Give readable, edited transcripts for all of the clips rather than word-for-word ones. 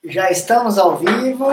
Já estamos ao vivo.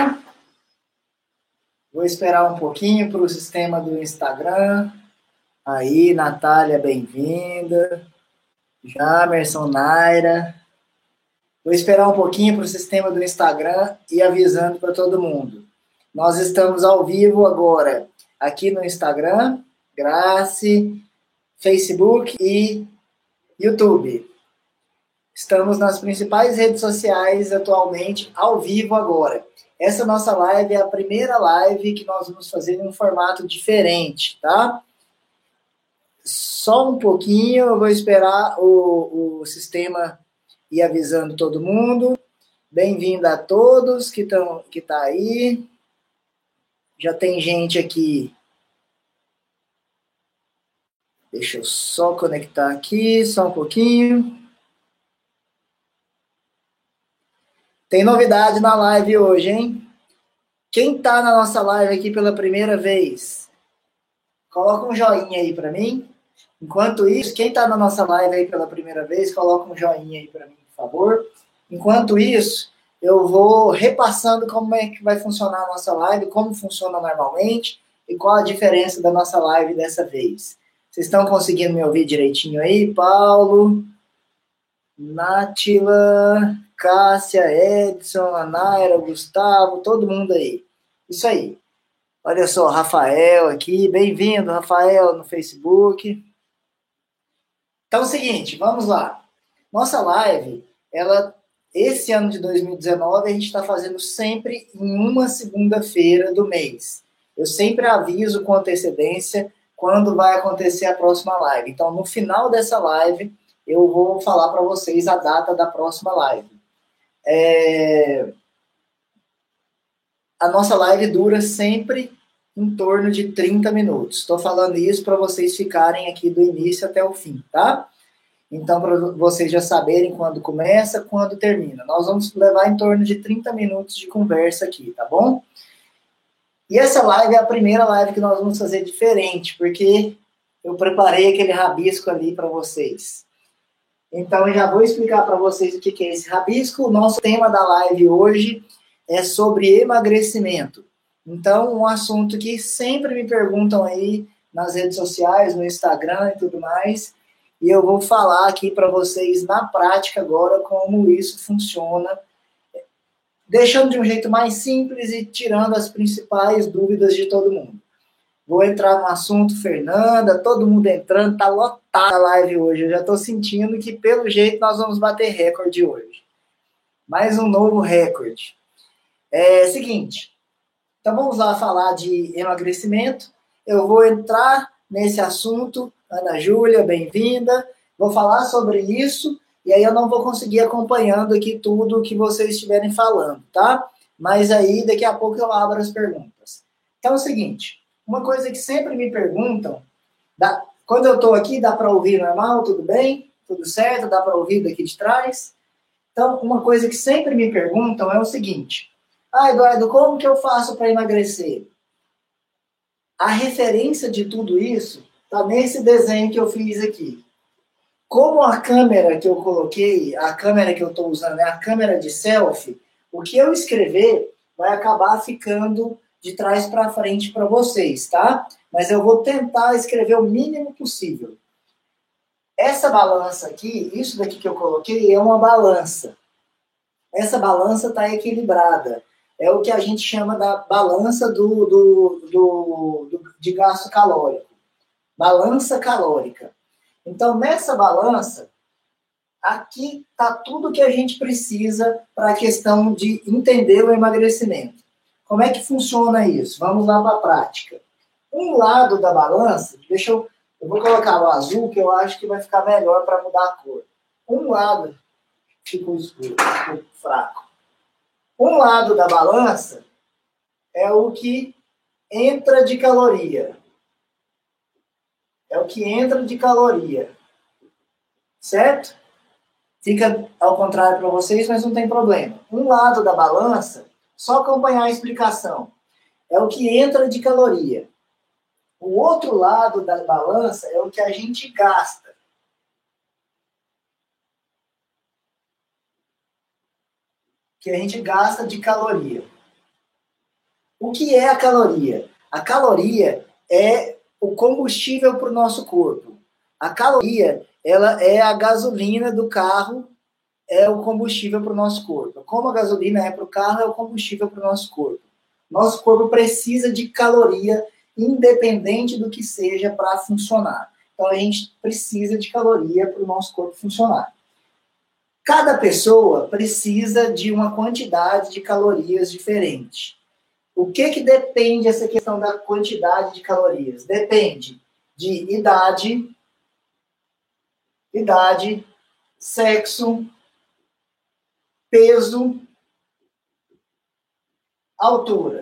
Vou esperar um pouquinho para o sistema do Instagram. Aí, Natália, bem-vinda. Jamerson, Naira. Vou esperar um pouquinho para o sistema do Instagram e avisando para todo mundo. Nós estamos ao vivo agora aqui no Instagram, Grace, Facebook e YouTube. Estamos nas principais redes sociais atualmente, ao vivo agora. Essa nossa live é a primeira live que nós vamos fazer em um formato diferente, tá? Só um pouquinho, eu vou esperar o sistema ir avisando todo mundo. Bem-vindo a todos que tá aí. Já tem gente aqui. Deixa eu só conectar aqui, só um pouquinho. Tem novidade na live hoje, hein? Quem está na nossa live aqui pela primeira vez, coloca um joinha aí para mim. Enquanto isso, quem está na nossa live aí pela primeira vez, coloca um joinha aí para mim, por favor. Enquanto isso, eu vou repassando como é que vai funcionar a nossa live, como funciona normalmente e qual a diferença da nossa live dessa vez. Vocês estão conseguindo me ouvir direitinho aí? Paulo, Nátila, Cássia, Edson, a Naira, Gustavo, todo mundo aí. Isso aí. Olha só, Rafael aqui. Bem-vindo, Rafael, no Facebook. Então é o seguinte, vamos lá. Nossa live, esse ano de 2019, a gente está fazendo sempre em uma segunda-feira do mês. Eu sempre aviso com antecedência quando vai acontecer a próxima live. Então, no final dessa live, eu vou falar para vocês a data da próxima live. A nossa live dura sempre em torno de 30 minutos. Estou falando isso para vocês ficarem aqui do início até o fim, tá? Então, para vocês já saberem quando começa, quando termina. Nós vamos levar em torno de 30 minutos de conversa aqui, tá bom? E essa live é a primeira live que nós vamos fazer diferente, porque eu preparei aquele rabisco ali para vocês. Então, eu já vou explicar para vocês o que é esse rabisco. O nosso tema da live hoje é sobre emagrecimento. Então, um assunto que sempre me perguntam aí nas redes sociais, no Instagram e tudo mais. E eu vou falar aqui para vocês na prática agora como isso funciona, deixando de um jeito mais simples e tirando as principais dúvidas de todo mundo. Vou entrar no assunto, Fernanda, todo mundo entrando, tá lotada a live hoje. Eu já estou sentindo que, pelo jeito, nós vamos bater recorde hoje. Mais um novo recorde. Seguinte, então vamos lá falar de emagrecimento. Eu vou entrar nesse assunto. Ana Júlia, bem-vinda. Vou falar sobre isso e aí eu não vou conseguir acompanhando aqui tudo que vocês estiverem falando, tá? Mas aí daqui a pouco eu abro as perguntas. Então é o seguinte, uma coisa que sempre me perguntam, quando eu estou aqui, dá para ouvir normal, tudo bem? Tudo certo? Dá para ouvir daqui de trás? Então, uma coisa que sempre me perguntam é o seguinte, Eduardo, como que eu faço para emagrecer? A referência de tudo isso está nesse desenho que eu fiz aqui. Como a câmera que eu coloquei, a câmera que eu estou usando é a câmera de selfie, o que eu escrever vai acabar ficando de trás para frente para vocês, tá? Mas eu vou tentar escrever o mínimo possível. Essa balança aqui, isso daqui que eu coloquei, é uma balança. Essa balança está equilibrada. É o que a gente chama da balança de gasto calórico. Balança calórica. Então, nessa balança, aqui está tudo que a gente precisa para a questão de entender o emagrecimento. Como é que funciona isso? Vamos lá para a prática. Um lado da balança, eu vou colocar o azul, que eu acho que vai ficar melhor para mudar a cor. Um lado, ficou escuro, ficou fraco. Um lado da balança é o que entra de caloria. É o que entra de caloria. Certo? Fica ao contrário para vocês, mas não tem problema. Um lado da balança, só acompanhar a explicação, é o que entra de caloria. O outro lado da balança é o que a gente gasta. que a gente gasta de caloria. O que é a caloria? A caloria é o combustível para o nosso corpo. A caloria, ela é a gasolina do carro, é o combustível para o nosso corpo. Como a gasolina é para o carro, é o combustível para o nosso corpo. Nosso corpo precisa de caloria, independente do que seja para funcionar. Então, a gente precisa de caloria para o nosso corpo funcionar. Cada pessoa precisa de uma quantidade de calorias diferente. O que depende essa questão da quantidade de calorias? Depende de idade, sexo, peso, altura.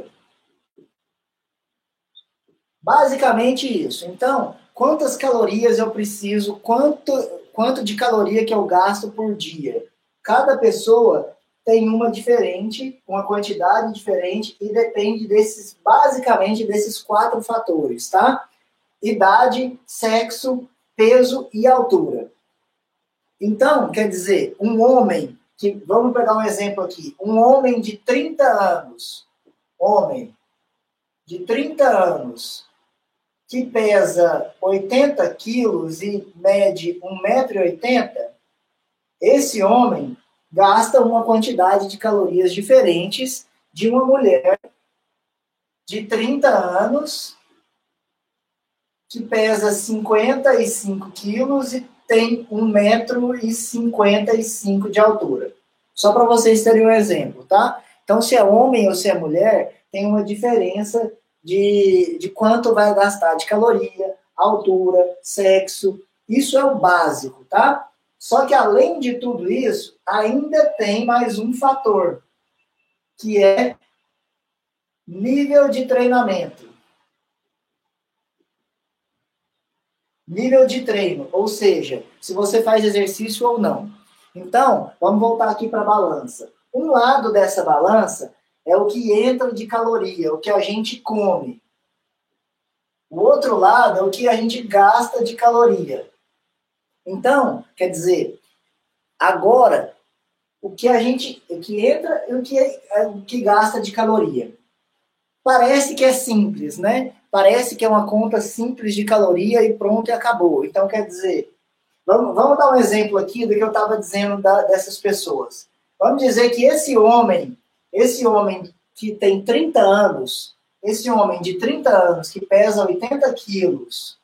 Basicamente isso. Então, quantas calorias eu preciso, quanto de caloria que eu gasto por dia? Cada pessoa tem uma diferente, uma quantidade diferente, e depende basicamente desses 4 fatores, tá? Idade, sexo, peso e altura. Então, quer dizer, um homem, vamos pegar um exemplo aqui, um homem de 30 anos, que pesa 80 quilos e mede 1,80 m, esse homem gasta uma quantidade de calorias diferentes de uma mulher de 30 anos que pesa 55 quilos e tem 1,55 m de altura. Só para vocês terem um exemplo, tá? Então, se é homem ou se é mulher, tem uma diferença de quanto vai gastar de caloria, altura, sexo. Isso é o básico, tá? Só que, além de tudo isso, ainda tem mais um fator, que é nível de treinamento. Nível de treino, ou seja, se você faz exercício ou não. Então, vamos voltar aqui para a balança. Um lado dessa balança é o que entra de caloria, o que a gente come. O outro lado é o que a gente gasta de caloria. Então, quer dizer, agora, o que entra e o que gasta de caloria. Parece que é simples, né? Parece que é uma conta simples de caloria e pronto, e acabou. Então, quer dizer, vamos dar um exemplo aqui do que eu estava dizendo dessas pessoas. Vamos dizer que esse homem que tem 30 anos, esse homem de 30 anos que pesa 80 quilos,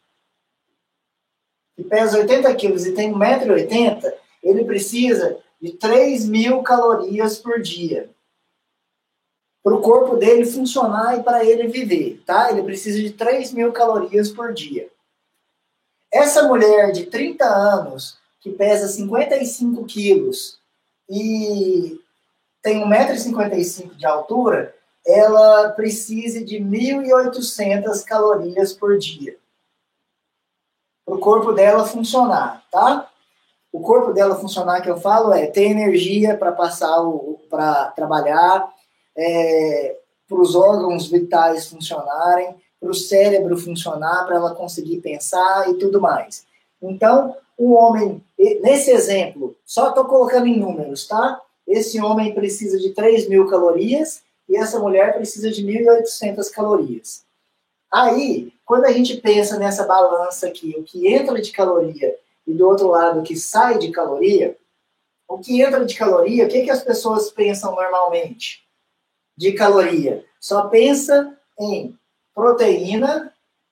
e tem 1,80 m, ele precisa de 3.000 calorias por dia para o corpo dele funcionar e para ele viver, tá? Ele precisa de 3.000 calorias por dia. Essa mulher de 30 anos, que pesa 55 quilos e tem 1,55 m de altura, ela precisa de 1.800 calorias por dia para o corpo dela funcionar, tá? O corpo dela funcionar, que eu falo, é ter energia para para trabalhar, para os órgãos vitais funcionarem, para o cérebro funcionar, para ela conseguir pensar e tudo mais. Então, o homem, nesse exemplo, só estou colocando em números, tá? Esse homem precisa de 3.000 calorias e essa mulher precisa de 1.800 calorias. Aí, quando a gente pensa nessa balança aqui, o que entra de caloria e do outro lado o que sai de caloria, o que entra de caloria, o que as pessoas pensam normalmente de caloria? Só pensa em proteína,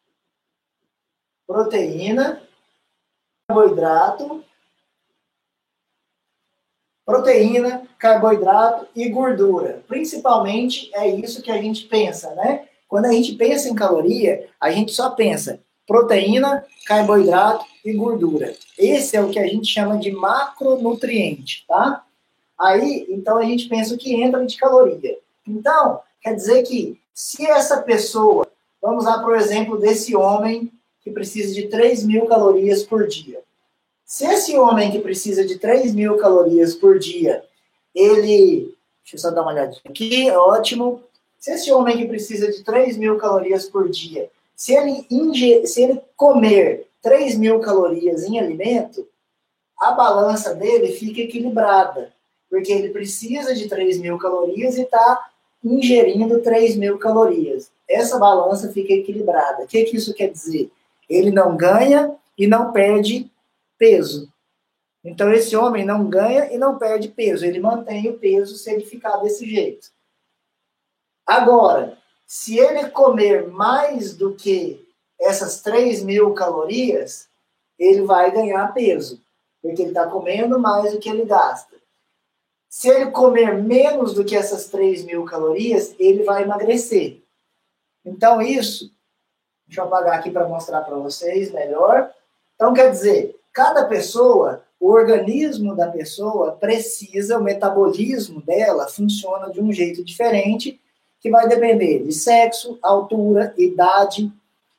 carboidrato e gordura. Principalmente é isso que a gente pensa, né? Quando a gente pensa em caloria, a gente só pensa proteína, carboidrato e gordura. Esse é o que a gente chama de macronutriente, tá? Aí, então, a gente pensa o que entra de caloria. Então, quer dizer que se essa pessoa, vamos lá para o exemplo desse homem que precisa de 3.000 calorias por dia. Se esse homem que precisa de 3.000 calorias por dia, deixa eu só dar uma olhadinha aqui, ótimo. Se esse homem que precisa de 3.000 calorias por dia, se ele comer 3.000 calorias em alimento, a balança dele fica equilibrada. porque ele precisa de 3.000 calorias e está ingerindo 3.000 calorias. Essa balança fica equilibrada. O que isso quer dizer? Ele não ganha e não perde peso. Então, esse homem não ganha e não perde peso. Ele mantém o peso se ele ficar desse jeito. Agora, se ele comer mais do que essas 3.000 calorias, ele vai ganhar peso, porque ele está comendo mais do que ele gasta. Se ele comer menos do que essas 3.000 calorias, ele vai emagrecer. Então, isso, deixa eu apagar aqui para mostrar para vocês melhor. Então, quer dizer, cada pessoa, o organismo da pessoa precisa, o metabolismo dela funciona de um jeito diferente, que vai depender de sexo, altura, idade,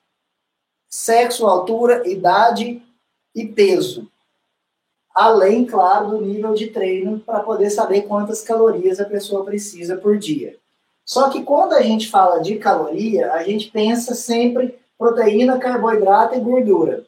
e peso. Além, claro, do nível de treino para poder saber quantas calorias a pessoa precisa por dia. Só que quando a gente fala de caloria, a gente pensa sempre proteína, carboidrato e gordura.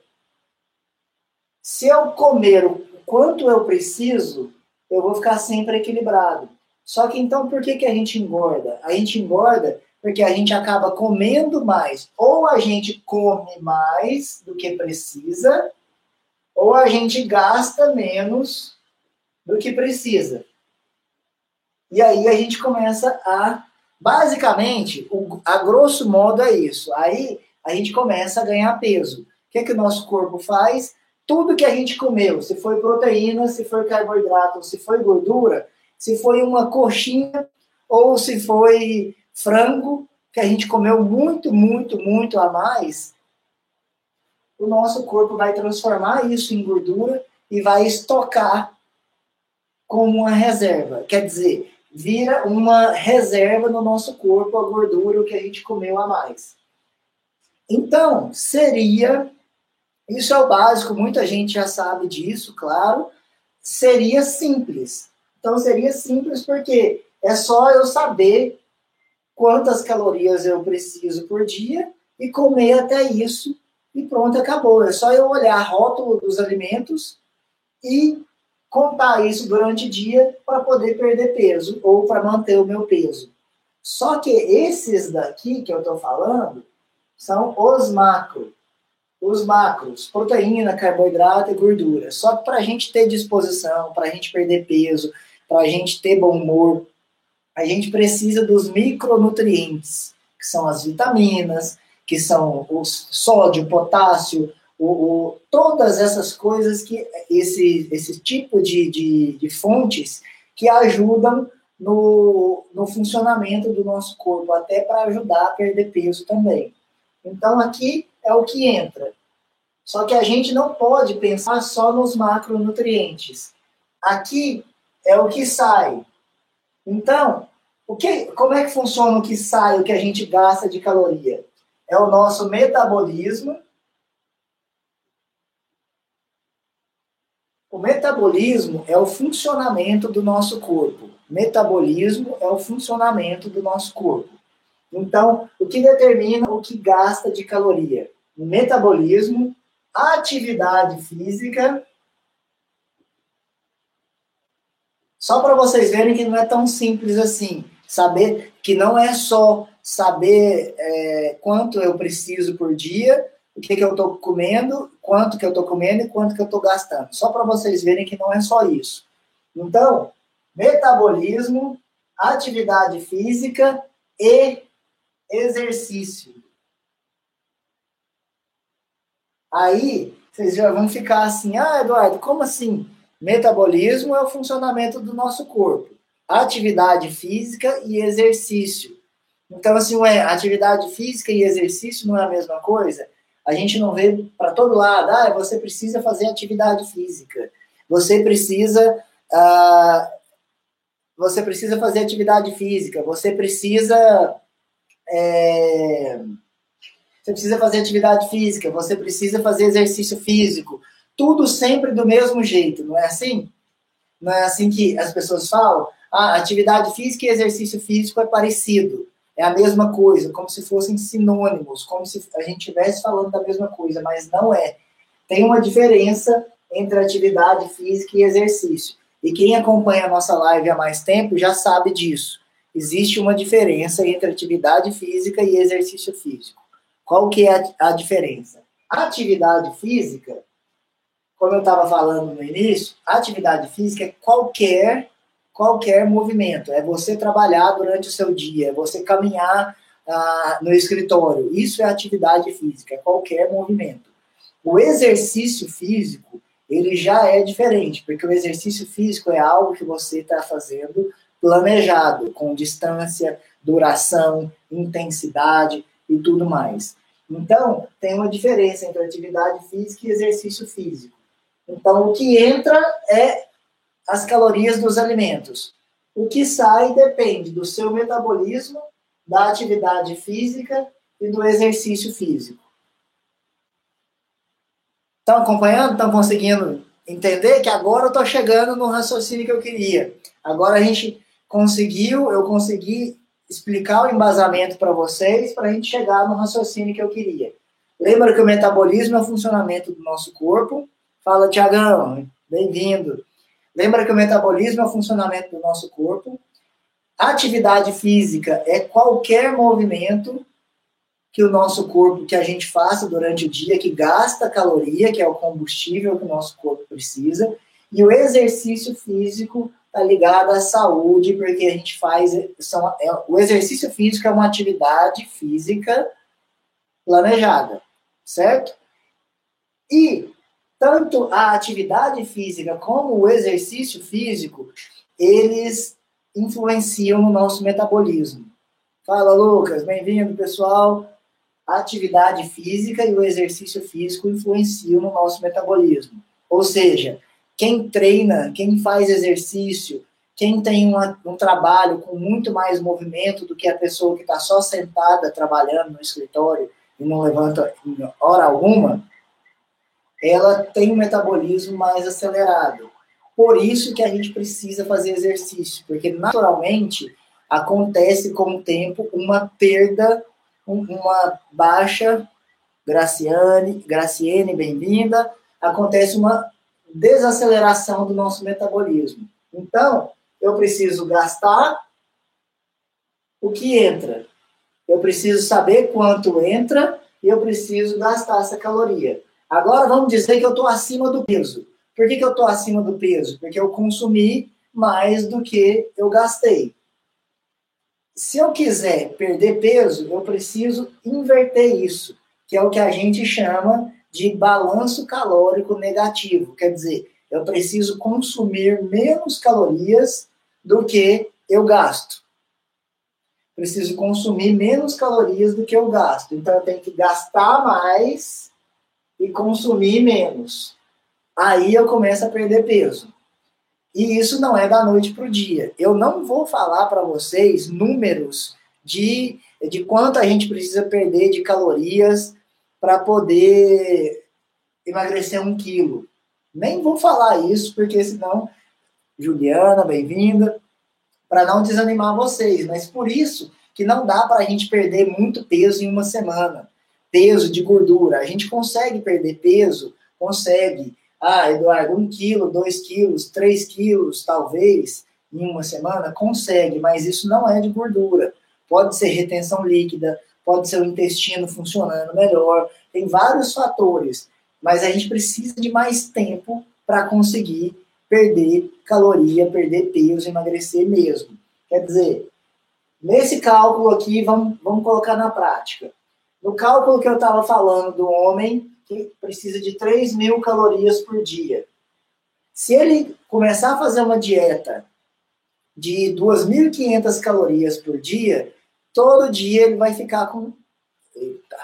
Se eu comer o quanto eu preciso, eu vou ficar sempre equilibrado. Só que então, por que a gente engorda? A gente engorda porque a gente acaba comendo mais. Ou a gente come mais do que precisa, ou a gente gasta menos do que precisa. E aí a gente começa a... Basicamente, a grosso modo é isso. Aí a gente começa a ganhar peso. O que o nosso corpo faz? Tudo que a gente comeu, se foi proteína, se foi carboidrato, se foi gordura, se foi uma coxinha ou se foi frango, que a gente comeu muito, muito, muito a mais, o nosso corpo vai transformar isso em gordura e vai estocar como uma reserva. Quer dizer, vira uma reserva no nosso corpo a gordura, o que a gente comeu a mais. Então, isso é o básico, muita gente já sabe disso, claro, seria simples. Então, seria simples porque é só eu saber quantas calorias eu preciso por dia e comer até isso e pronto, acabou. É só eu olhar rótulo dos alimentos e contar isso durante o dia para poder perder peso ou para manter o meu peso. Só que esses daqui que eu estou falando são os macros. Os macros, proteína, carboidrato e gordura. Só que para a gente ter disposição, para a gente perder peso, para a gente ter bom humor, a gente precisa dos micronutrientes, que são as vitaminas, que são o sódio, potássio, todas essas coisas, que esse tipo de fontes que ajudam no funcionamento do nosso corpo, até para ajudar a perder peso também. Então, aqui é o que entra. Só que a gente não pode pensar só nos macronutrientes. Aqui é o que sai. Então, como é que funciona o que sai, o que a gente gasta de caloria? É o nosso metabolismo. O metabolismo é o funcionamento do nosso corpo. Metabolismo é o funcionamento do nosso corpo. Então, o que determina o que gasta de caloria? Metabolismo, atividade física. Só para vocês verem que não é tão simples assim. Saber que não é só saber quanto eu preciso por dia, o que eu estou comendo, quanto que eu estou comendo e quanto que eu estou gastando. Só para vocês verem que não é só isso. Então, metabolismo, atividade física e exercício. Aí, vocês já vão ficar assim, Eduardo, como assim? Metabolismo é o funcionamento do nosso corpo. Atividade física e exercício. Então, assim, atividade física e exercício não é a mesma coisa? A gente não vê para todo lado, você precisa fazer atividade física. Você precisa fazer atividade física. Você precisa fazer atividade física, você precisa fazer exercício físico, tudo sempre do mesmo jeito, não é assim? Não é assim que as pessoas falam? Atividade física e exercício físico é parecido, é a mesma coisa, como se fossem sinônimos, como se a gente estivesse falando da mesma coisa, mas não é. Tem uma diferença entre atividade física e exercício. E quem acompanha a nossa live há mais tempo já sabe disso. Existe uma diferença entre atividade física e exercício físico. Qual que é a diferença? A atividade física, como eu estava falando no início, a atividade física é qualquer movimento. É você trabalhar durante o seu dia, é você caminhar no escritório. Isso é atividade física, é qualquer movimento. O exercício físico, ele já é diferente, porque o exercício físico é algo que você está fazendo planejado, com distância, duração, intensidade e tudo mais. Então, tem uma diferença entre atividade física e exercício físico. Então, o que entra é as calorias dos alimentos. O que sai depende do seu metabolismo, da atividade física e do exercício físico. Estão acompanhando? Estão conseguindo entender? Que agora eu estou chegando no raciocínio que eu queria. Agora eu consegui explicar o embasamento para vocês, para a gente chegar no raciocínio que eu queria. Lembra que o metabolismo é o funcionamento do nosso corpo? Fala, Tiagão, bem-vindo. Lembra que o metabolismo é o funcionamento do nosso corpo? A atividade física é qualquer movimento que o nosso corpo, que a gente faça durante o dia, que gasta caloria, que é o combustível que o nosso corpo precisa, e o exercício físico está ligado à saúde, porque a gente faz... o exercício físico é uma atividade física planejada, certo? E tanto a atividade física como o exercício físico, eles influenciam no nosso metabolismo. Fala, Lucas, bem-vindo, pessoal. A atividade física e o exercício físico influenciam no nosso metabolismo. Ou seja, quem treina, quem faz exercício, quem tem um trabalho com muito mais movimento do que a pessoa que está só sentada trabalhando no escritório e não levanta em hora alguma, ela tem um metabolismo mais acelerado. Por isso que a gente precisa fazer exercício, porque naturalmente acontece com o tempo uma perda, uma baixa, Graciene, bem-vinda, acontece uma desaceleração do nosso metabolismo. Então, eu preciso gastar o que entra. Eu preciso saber quanto entra e eu preciso gastar essa caloria. Agora, vamos dizer que eu estou acima do peso. Por que eu estou acima do peso? Porque eu consumi mais do que eu gastei. Se eu quiser perder peso, eu preciso inverter isso, que é o que a gente chama de balanço calórico negativo. Quer dizer, eu preciso consumir menos calorias do que eu gasto. Preciso consumir menos calorias do que eu gasto. Então, eu tenho que gastar mais e consumir menos. Aí eu começo a perder peso. E isso não é da noite para o dia. Eu não vou falar para vocês números de quanto a gente precisa perder de calorias para poder emagrecer 1 quilo. Nem vou falar isso, porque senão, Juliana, bem-vinda, para não desanimar vocês. Mas por isso que não dá para a gente perder muito peso em uma semana. Peso de gordura. A gente consegue perder peso? Consegue. Eduardo, 1 quilo, 2 quilos, 3 quilos, talvez, em uma semana, consegue, mas isso não é de gordura. Pode ser retenção líquida, pode ser o intestino funcionando melhor, tem vários fatores, mas a gente precisa de mais tempo para conseguir perder caloria, perder peso, emagrecer mesmo. Quer dizer, nesse cálculo aqui, vamos colocar na prática. No cálculo que eu estava falando do homem, que precisa de 3.000 calorias por dia. Se ele começar a fazer uma dieta de 2.500 calorias por dia, todo dia ele vai ficar com... Eita.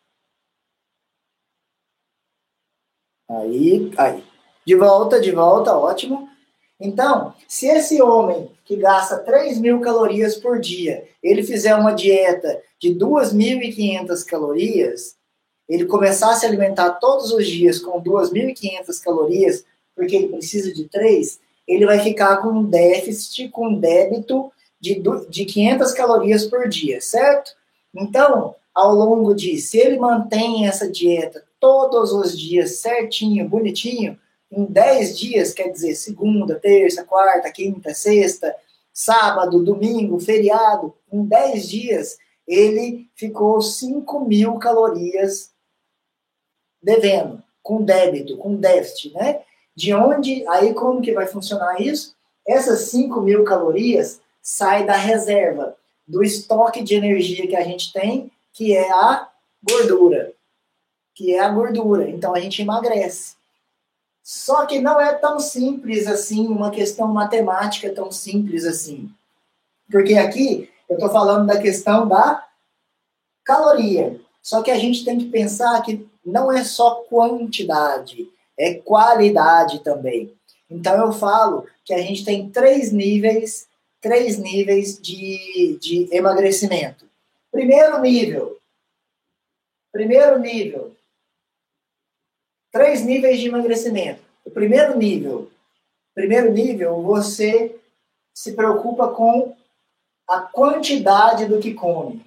Aí. De volta, ótimo. Então, se esse homem que gasta 3.000 calorias por dia, ele fizer uma dieta de 2.500 calorias, ele começar a se alimentar todos os dias com 2.500 calorias, porque ele precisa de 3, ele vai ficar com um déficit, com um débito de 500 calorias por dia, certo? Então, ao longo se ele mantém essa dieta todos os dias certinho, bonitinho, em 10 dias, quer dizer, segunda, terça, quarta, quinta, sexta, sábado, domingo, feriado, em 10 dias, ele ficou 5.000 calorias devendo, com débito, com déficit, né? De onde, aí como que vai funcionar isso? Essas 5.000 calorias saem da reserva, do estoque de energia que a gente tem, que é a gordura. Então a gente emagrece. Só que não é tão simples assim, uma questão matemática tão simples assim. Porque aqui eu estou falando da questão da caloria. Só que a gente tem que pensar que não é só quantidade, é qualidade também. Então eu falo que a gente tem três níveis de emagrecimento. Primeiro nível, três níveis de emagrecimento. O primeiro nível, você se preocupa com a quantidade do que come.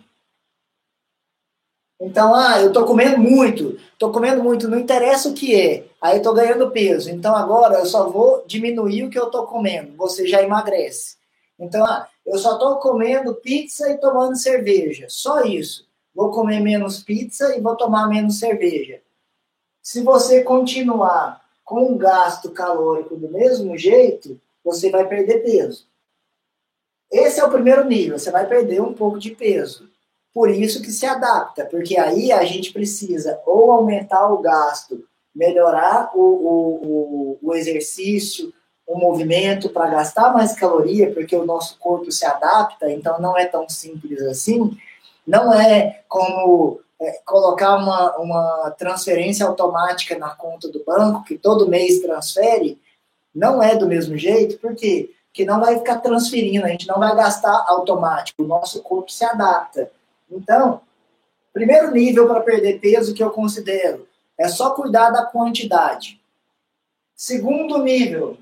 Então, eu estou comendo muito, não interessa o que é, aí estou ganhando peso, então agora eu só vou diminuir o que eu estou comendo, você já emagrece. Então, eu só estou comendo pizza e tomando cerveja, só isso. Vou comer menos pizza e vou tomar menos cerveja. Se você continuar com um gasto calórico do mesmo jeito, você vai perder peso. Esse é o primeiro nível, você vai perder um pouco de peso. Por isso que se adapta, porque aí a gente precisa ou aumentar o gasto, melhorar o exercício, o movimento para gastar mais caloria, porque o nosso corpo se adapta, então não é tão simples assim. Não é como colocar uma transferência automática na conta do banco, que todo mês transfere, não é do mesmo jeito, por quê? Porque não vai ficar transferindo, a gente não vai gastar automático, o nosso corpo se adapta. Então, primeiro nível para perder peso que eu considero é só cuidar da quantidade. Segundo nível.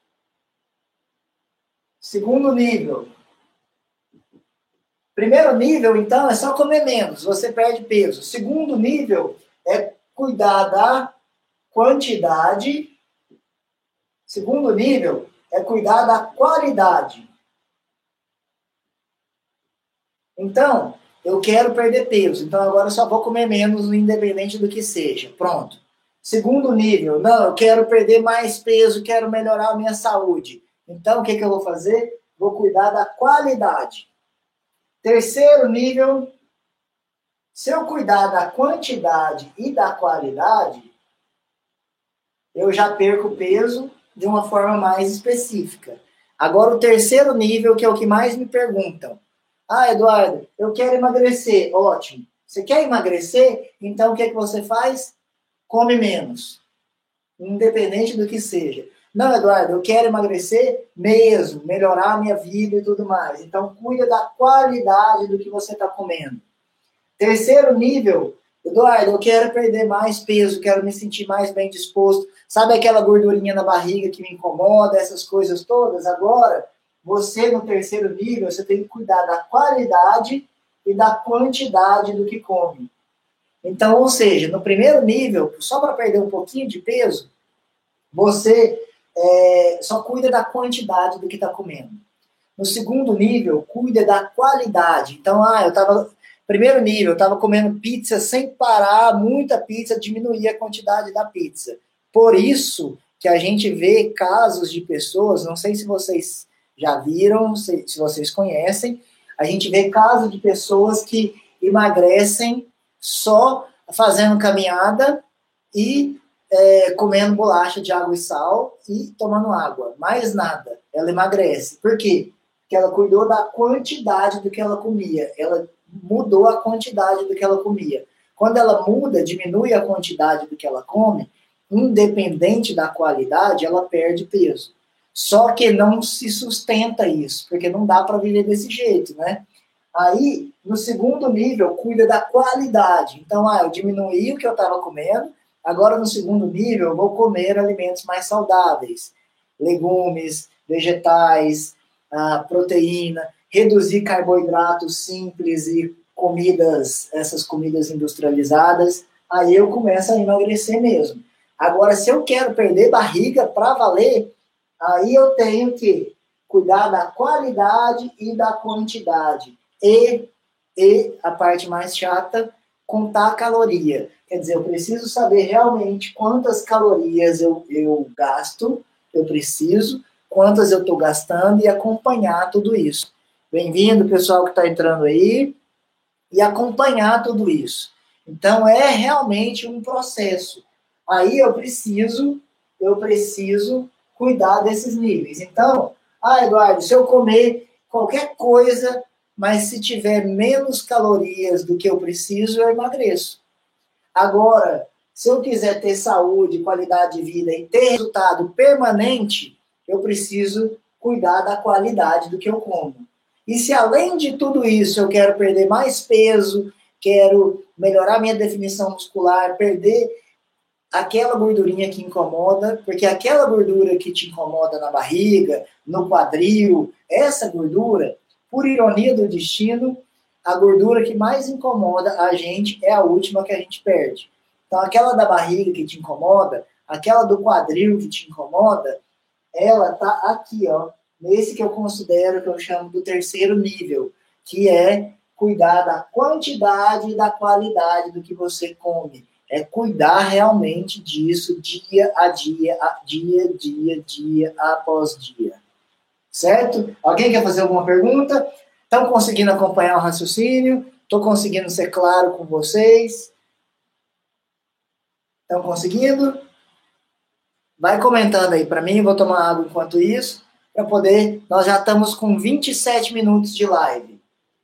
Primeiro nível, então, é só comer menos, você perde peso. Segundo nível é cuidar da quantidade. Segundo nível é cuidar da qualidade. Então, eu quero perder peso, então agora eu só vou comer menos, independente do que seja. Pronto. Segundo nível, não, eu quero perder mais peso, quero melhorar a minha saúde. Então, o que eu vou fazer? Vou cuidar da qualidade. Terceiro nível, se eu cuidar da quantidade e da qualidade, eu já perco peso de uma forma mais específica. Agora, o terceiro nível, que é o que mais me perguntam. Eduardo, eu quero emagrecer. Ótimo. Você quer emagrecer? Então, o que você faz? Come menos. Independente do que seja. Não, Eduardo, eu quero emagrecer mesmo, melhorar a minha vida e tudo mais. Então, cuida da qualidade do que você está comendo. Terceiro nível, Eduardo, eu quero perder mais peso, quero me sentir mais bem disposto. Sabe aquela gordurinha na barriga que me incomoda, essas coisas todas? Agora, você no terceiro nível, você tem que cuidar da qualidade e da quantidade do que come. Então, ou seja, no primeiro nível, só para perder um pouquinho de peso, você só cuida da quantidade do que está comendo. No segundo nível, cuida da qualidade. Então, primeiro nível, eu estava comendo pizza sem parar, muita pizza, diminuir a quantidade da pizza. Por isso que a gente vê casos de pessoas, não sei se vocês já viram, se vocês conhecem, a gente vê casos de pessoas que emagrecem só fazendo caminhada e comendo bolacha de água e sal e tomando água. Mais nada. Ela emagrece. Por quê? Porque ela cuidou da quantidade do que ela comia. Ela mudou a quantidade do que ela comia. Quando ela muda, diminui a quantidade do que ela come, independente da qualidade, ela perde peso. Só que não se sustenta isso, porque não dá para viver desse jeito, né? Aí, no segundo nível, cuida da qualidade. Então, eu diminuí o que eu estava comendo, agora no segundo nível eu vou comer alimentos mais saudáveis. Legumes, vegetais, proteína, reduzir carboidratos simples e essas comidas industrializadas. Aí eu começo a emagrecer mesmo. Agora, se eu quero perder barriga para valer, aí eu tenho que cuidar da qualidade e da quantidade. E a parte mais chata, contar a caloria. Quer dizer, eu preciso saber realmente quantas calorias eu gasto, eu preciso, quantas eu estou gastando e acompanhar tudo isso. Bem-vindo, pessoal que está entrando aí, e acompanhar tudo isso. Então, é realmente um processo. Aí eu preciso cuidar desses níveis. Então, Eduardo, se eu comer qualquer coisa, mas se tiver menos calorias do que eu preciso, eu emagreço. Agora, se eu quiser ter saúde, qualidade de vida e ter resultado permanente, eu preciso cuidar da qualidade do que eu como. E se além de tudo isso eu quero perder mais peso, quero melhorar minha definição muscular, perder aquela gordurinha que incomoda, porque aquela gordura que te incomoda na barriga, no quadril, essa gordura, por ironia do destino, a gordura que mais incomoda a gente é a última que a gente perde. Então, aquela da barriga que te incomoda, aquela do quadril que te incomoda, ela tá aqui, ó, nesse que eu considero, que eu chamo do terceiro nível, que é cuidar da quantidade e da qualidade do que você come. É cuidar realmente disso dia a dia, dia após dia. Certo? Alguém quer fazer alguma pergunta? Estão conseguindo acompanhar o raciocínio? Estou conseguindo ser claro com vocês? Estão conseguindo? Vai comentando aí para mim, vou tomar água enquanto isso, para poder... Nós já estamos com 27 minutos de live.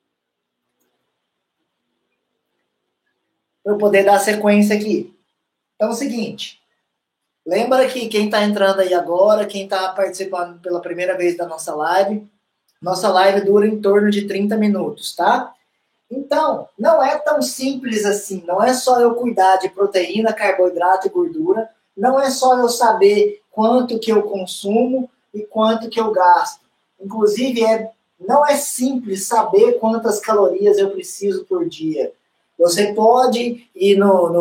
Para eu poder dar sequência aqui. Então é o seguinte, lembra que quem está entrando aí agora, quem está participando pela primeira vez da nossa live dura em torno de 30 minutos, tá? Então, não é tão simples assim, não é só eu cuidar de proteína, carboidrato e gordura, não é só eu saber quanto que eu consumo e quanto que eu gasto. Inclusive, não é simples saber quantas calorias eu preciso por dia. Você pode ir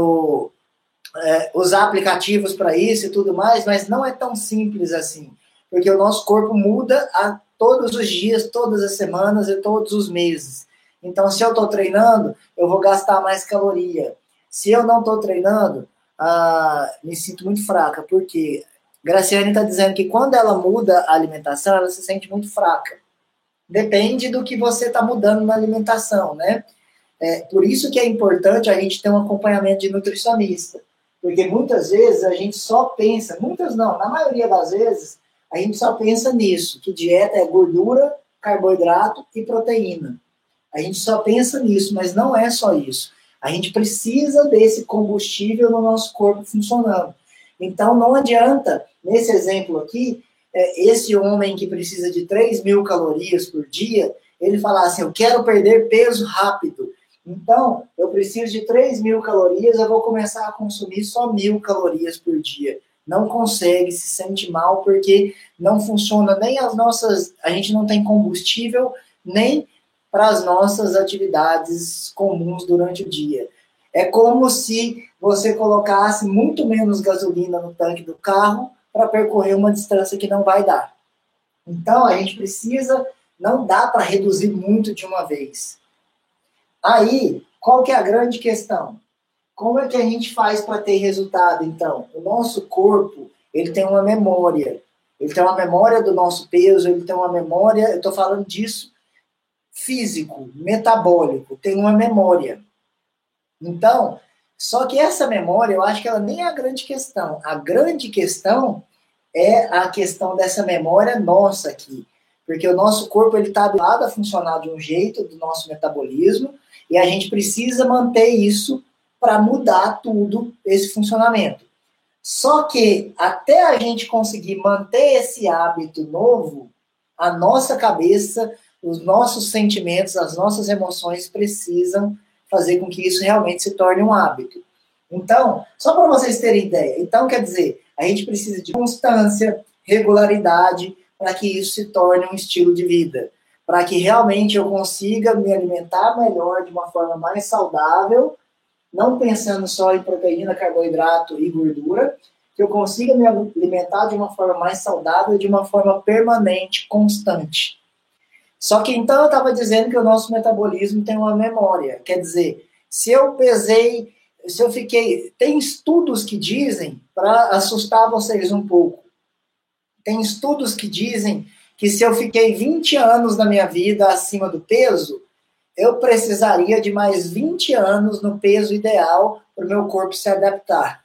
usar aplicativos para isso e tudo mais, mas não é tão simples assim, porque o nosso corpo muda a todos os dias, todas as semanas e todos os meses. Então, se eu estou treinando, eu vou gastar mais caloria. Se eu não estou treinando, me sinto muito fraca, porque Graciane está dizendo que quando ela muda a alimentação, ela se sente muito fraca. Depende do que você está mudando na alimentação, né? Por isso que é importante a gente ter um acompanhamento de nutricionista. Porque muitas vezes a gente só pensa, muitas não, na maioria das vezes, a gente só pensa nisso, que dieta é gordura, carboidrato e proteína. A gente só pensa nisso, mas não é só isso. A gente precisa desse combustível no nosso corpo funcionando. Então não adianta, nesse exemplo aqui, esse homem que precisa de 3.000 calorias por dia, ele falar assim, eu quero perder peso rápido. Então, eu preciso de 3.000 calorias, eu vou começar a consumir só 1.000 calorias por dia. Não consegue, se sente mal, porque não funciona nem as nossas... A gente não tem combustível nem para as nossas atividades comuns durante o dia. É como se você colocasse muito menos gasolina no tanque do carro para percorrer uma distância que não vai dar. Então, a gente precisa... Não dá para reduzir muito de uma vez. Aí, qual que é a grande questão? Como é que a gente faz para ter resultado, então? O nosso corpo, ele tem uma memória. Ele tem uma memória do nosso peso, ele tem uma memória, eu estou falando disso, físico, metabólico, tem uma memória. Então, só que essa memória, eu acho que ela nem é a grande questão. A grande questão é a questão dessa memória nossa aqui. Porque o nosso corpo está habituado a funcionar de um jeito, do nosso metabolismo, e a gente precisa manter isso para mudar tudo esse funcionamento. Só que até a gente conseguir manter esse hábito novo, a nossa cabeça, os nossos sentimentos, as nossas emoções precisam fazer com que isso realmente se torne um hábito. Então, só para vocês terem ideia, então quer dizer, a gente precisa de constância, regularidade, para que isso se torne um estilo de vida, para que realmente eu consiga me alimentar melhor, de uma forma mais saudável, não pensando só em proteína, carboidrato e gordura, que eu consiga me alimentar de uma forma mais saudável, de uma forma permanente, constante. Só que então eu estava dizendo que o nosso metabolismo tem uma memória. Quer dizer, se eu pesei, se eu fiquei... Tem estudos que dizem, para assustar vocês um pouco, tem estudos que dizem que se eu fiquei 20 anos da minha vida acima do peso, eu precisaria de mais 20 anos no peso ideal para o meu corpo se adaptar.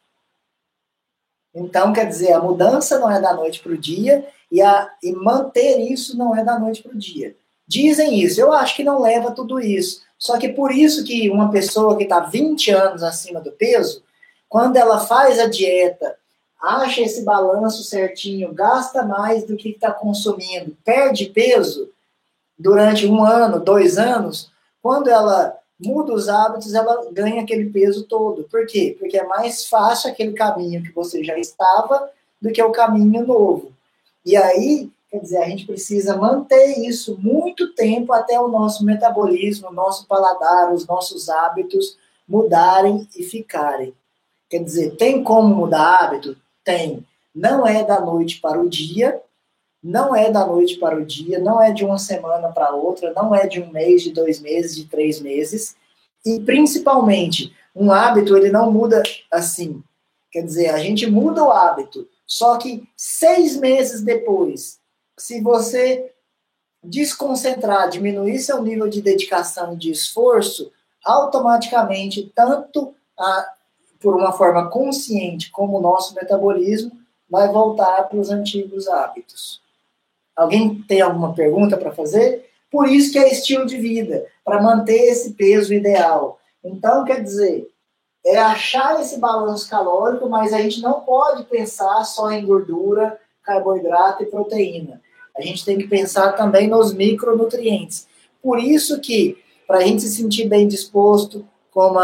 Então, quer dizer, a mudança não é da noite para o dia e manter isso não é da noite para o dia. Dizem isso, eu acho que não leva tudo isso. Só que por isso que uma pessoa que está 20 anos acima do peso, quando ela faz a dieta, acha esse balanço certinho, gasta mais do que está consumindo, perde peso durante 1 ano, 2 anos, quando ela muda os hábitos, ela ganha aquele peso todo. Por quê? Porque é mais fácil aquele caminho que você já estava do que o caminho novo. E aí, quer dizer, a gente precisa manter isso muito tempo até o nosso metabolismo, o nosso paladar, os nossos hábitos mudarem e ficarem. Quer dizer, tem como mudar hábito? Tem. Não é da noite para o dia, não é da noite para o dia, não é de uma semana para outra, não é de 1 mês, de 2 meses, de 3 meses. E, principalmente, um hábito, ele não muda assim. Quer dizer, a gente muda o hábito, só que 6 meses depois, se você desconcentrar, diminuir seu nível de dedicação e de esforço, automaticamente, tanto por uma forma consciente como o nosso metabolismo, vai voltar para os antigos hábitos. Alguém tem alguma pergunta para fazer? Por isso que é estilo de vida, para manter esse peso ideal. Então, quer dizer, é achar esse balanço calórico, mas a gente não pode pensar só em gordura, carboidrato e proteína. A gente tem que pensar também nos micronutrientes. Por isso que, para a gente se sentir bem disposto, como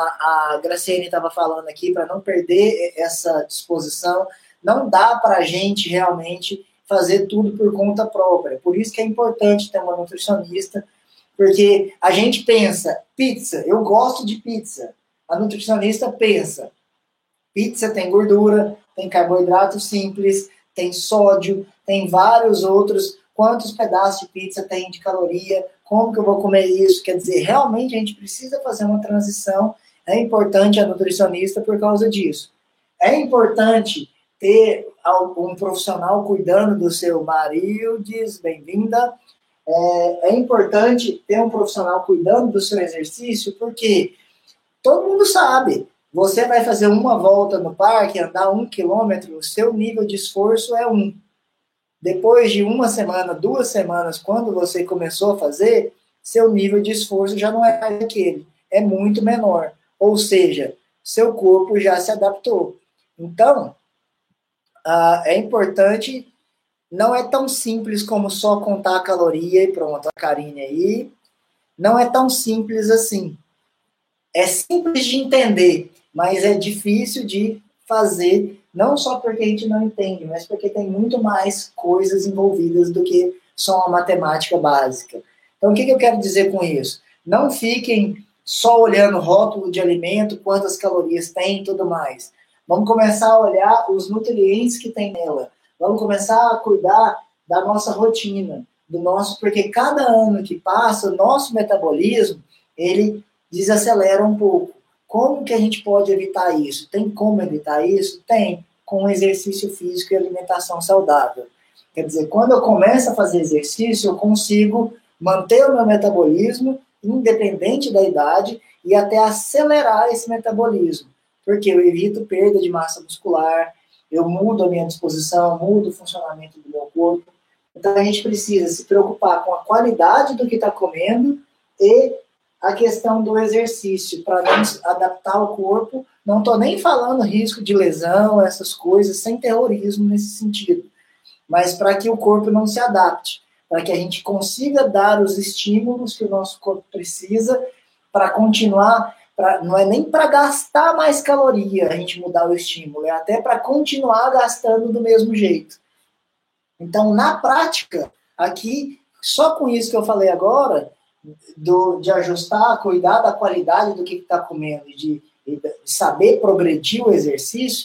a Graciane estava falando aqui, para não perder essa disposição, não dá para a gente realmente fazer tudo por conta própria. Por isso que é importante ter uma nutricionista, porque a gente pensa, pizza, eu gosto de pizza. A nutricionista pensa, pizza tem gordura, tem carboidrato simples, tem sódio, tem vários outros, quantos pedaços de pizza tem de caloria, como que eu vou comer isso? Quer dizer, realmente a gente precisa fazer uma transição, é importante a nutricionista por causa disso. É importante ter um profissional cuidando do seu marido, bem-vinda. É importante ter um profissional cuidando do seu exercício, porque todo mundo sabe, você vai fazer uma volta no parque, andar 1 quilômetro, o seu nível de esforço é 1. Depois de 1 semana, 2 semanas, quando você começou a fazer, seu nível de esforço já não é mais aquele, é muito menor. Ou seja, seu corpo já se adaptou. Então, é importante, não é tão simples como só contar a caloria e pronto, a Karine aí, não é tão simples assim. É simples de entender, mas é difícil de fazer, não só porque a gente não entende, mas porque tem muito mais coisas envolvidas do que só uma matemática básica. Então, o que eu quero dizer com isso? Não fiquem só olhando o rótulo de alimento, quantas calorias tem e tudo mais. Vamos começar a olhar os nutrientes que tem nela. Vamos começar a cuidar da nossa rotina, porque cada ano que passa, o nosso metabolismo, ele desacelera um pouco. Como que a gente pode evitar isso? Tem como evitar isso? Tem, com exercício físico e alimentação saudável. Quer dizer, quando eu começo a fazer exercício, eu consigo manter o meu metabolismo, independente da idade, e até acelerar esse metabolismo. Porque eu evito perda de massa muscular, eu mudo a minha disposição, mudo o funcionamento do meu corpo. Então a gente precisa se preocupar com a qualidade do que está comendo e a questão do exercício, para não adaptar o corpo. Não estou nem falando risco de lesão, essas coisas, sem terrorismo nesse sentido. Mas para que o corpo não se adapte, para que a gente consiga dar os estímulos que o nosso corpo precisa para continuar, não é nem para gastar mais caloria a gente mudar o estímulo, é até para continuar gastando do mesmo jeito. Então, na prática, aqui, só com isso que eu falei agora, de ajustar, cuidar da qualidade do que está comendo, de saber progredir o exercício,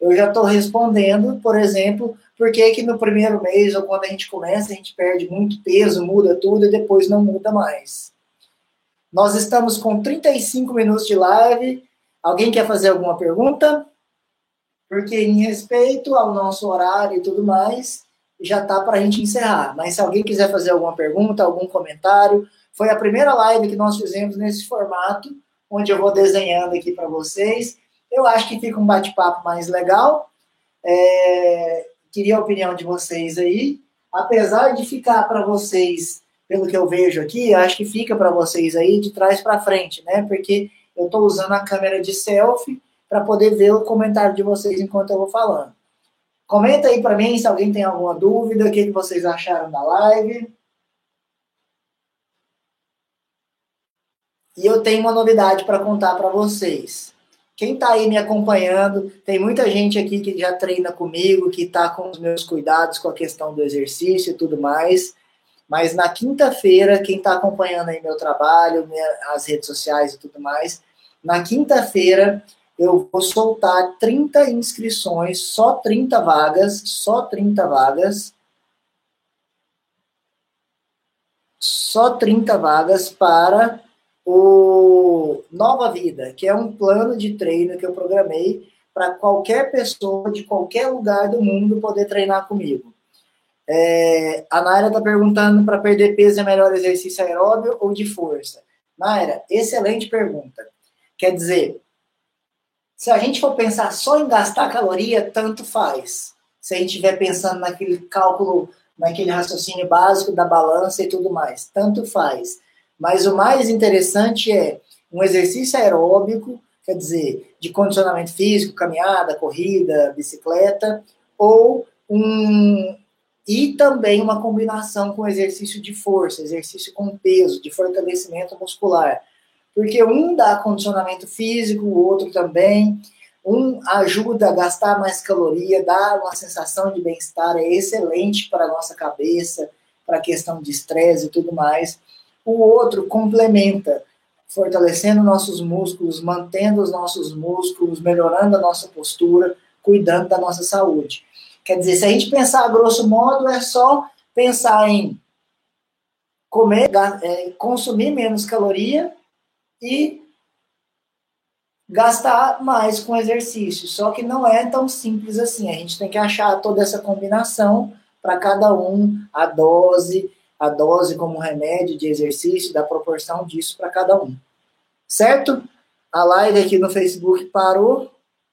eu já estou respondendo, por exemplo, por que no primeiro mês ou quando a gente começa, a gente perde muito peso, muda tudo e depois não muda mais. Nós estamos com 35 minutos de live. Alguém quer fazer alguma pergunta? Porque em respeito ao nosso horário e tudo mais, já está para a gente encerrar. Mas se alguém quiser fazer alguma pergunta, algum comentário, foi a primeira live que nós fizemos nesse formato, onde eu vou desenhando aqui para vocês. Eu acho que fica um bate-papo mais legal. Queria a opinião de vocês aí. Apesar de ficar para vocês, pelo que eu vejo aqui, acho que fica para vocês aí de trás para frente, né? Porque eu estou usando a câmera de selfie para poder ver o comentário de vocês enquanto eu vou falando. Comenta aí para mim se alguém tem alguma dúvida, o que vocês acharam da live. E eu tenho uma novidade para contar para vocês. Quem está aí me acompanhando, tem muita gente aqui que já treina comigo, que está com os meus cuidados com a questão do exercício e tudo mais. Mas na quinta-feira, quem está acompanhando aí meu trabalho, as redes sociais e tudo mais, na quinta-feira eu vou soltar 30 inscrições, só 30 vagas, só 30 vagas para o Nova Vida, que é um plano de treino que eu programei para qualquer pessoa de qualquer lugar do mundo poder treinar comigo. A Naira está perguntando, para perder peso é melhor exercício aeróbio ou de força? Naira, excelente pergunta. Quer dizer, se a gente for pensar só em gastar caloria, tanto faz. Se a gente estiver pensando naquele cálculo, naquele raciocínio básico da balança e tudo mais, tanto faz. Mas o mais interessante é um exercício aeróbico, quer dizer, de condicionamento físico, caminhada, corrida, bicicleta, ou e também uma combinação com exercício de força, exercício com peso, de fortalecimento muscular. Porque um dá condicionamento físico, o outro também. Um ajuda a gastar mais caloria, dá uma sensação de bem-estar, é excelente para a nossa cabeça, para a questão de estresse e tudo mais. O outro complementa, fortalecendo nossos músculos, mantendo os nossos músculos, melhorando a nossa postura, cuidando da nossa saúde. Quer dizer, se a gente pensar a grosso modo, é só pensar em comer, consumir menos caloria e gastar mais com exercício. Só que não é tão simples assim. A gente tem que achar toda essa combinação para cada um, a dose como remédio de exercício, da proporção disso para cada um. Certo? A live aqui no Facebook parou.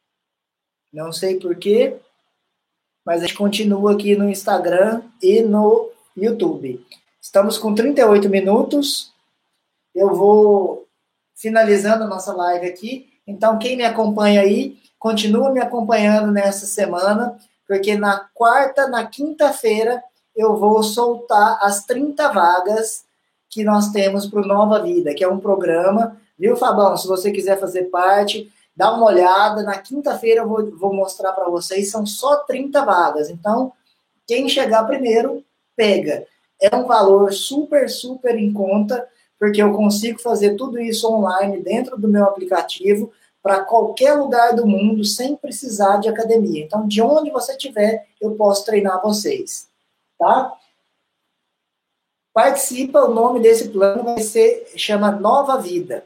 Não sei porquê. Mas a gente continua aqui no Instagram e no YouTube. Estamos com 38 minutos. Eu vou finalizando a nossa live aqui. Então, quem me acompanha aí, continua me acompanhando nessa semana, porque na quinta-feira, eu vou soltar as 30 vagas que nós temos para o Nova Vida, que é um programa, viu, Fabão? Se você quiser fazer parte, dá uma olhada. Na quinta-feira eu vou mostrar para vocês, são só 30 vagas. Então, quem chegar primeiro, pega. É um valor super, super em conta, porque eu consigo fazer tudo isso online dentro do meu aplicativo para qualquer lugar do mundo sem precisar de academia. Então, de onde você estiver, eu posso treinar vocês. Tá? Participa, o nome desse plano chama Nova Vida.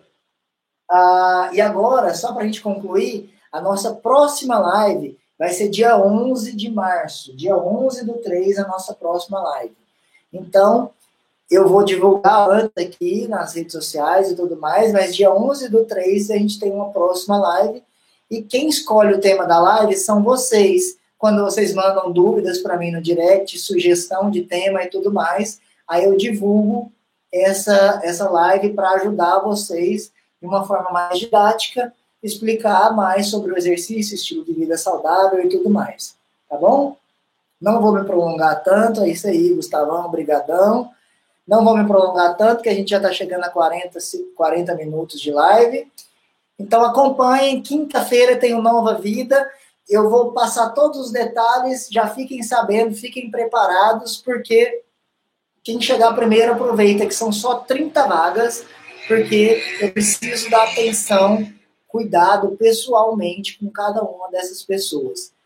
E agora, só para a gente concluir, a nossa próxima live vai ser dia 11 de março. Dia 11/3, a nossa próxima live. Então, eu vou divulgar antes aqui nas redes sociais e tudo mais, mas dia 11/3 a gente tem uma próxima live. E quem escolhe o tema da live são vocês. Quando vocês mandam dúvidas para mim no direct, sugestão de tema e tudo mais, aí eu divulgo essa live para ajudar vocês de uma forma mais didática, explicar mais sobre o exercício, estilo de vida saudável e tudo mais. Tá bom? Não vou me prolongar tanto, é isso aí, Gustavão, brigadão. Não vou me prolongar tanto, que a gente já está chegando a 40 minutos de live. Então acompanhem, quinta-feira tem o Nova Vida. Eu vou passar todos os detalhes, já fiquem sabendo, fiquem preparados, porque quem chegar primeiro aproveita, que são só 30 vagas, porque eu preciso dar atenção, cuidado pessoalmente com cada uma dessas pessoas.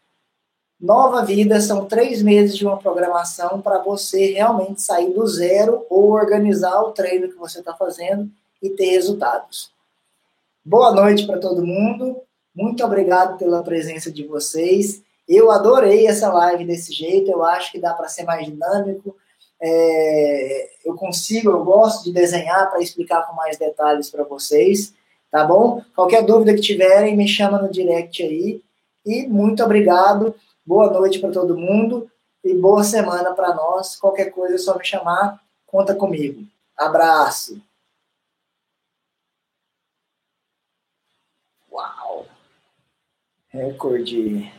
Nova Vida são 3 meses de uma programação para você realmente sair do zero ou organizar o treino que você está fazendo e ter resultados. Boa noite para todo mundo. Muito obrigado pela presença de vocês. Eu adorei essa live desse jeito. Eu acho que dá para ser mais dinâmico. Eu gosto de desenhar para explicar com mais detalhes para vocês. Tá bom? Qualquer dúvida que tiverem, me chama no direct aí. E muito obrigado. Boa noite para todo mundo. E boa semana para nós. Qualquer coisa é só me chamar. Conta comigo. Abraço. Uau! Recorde.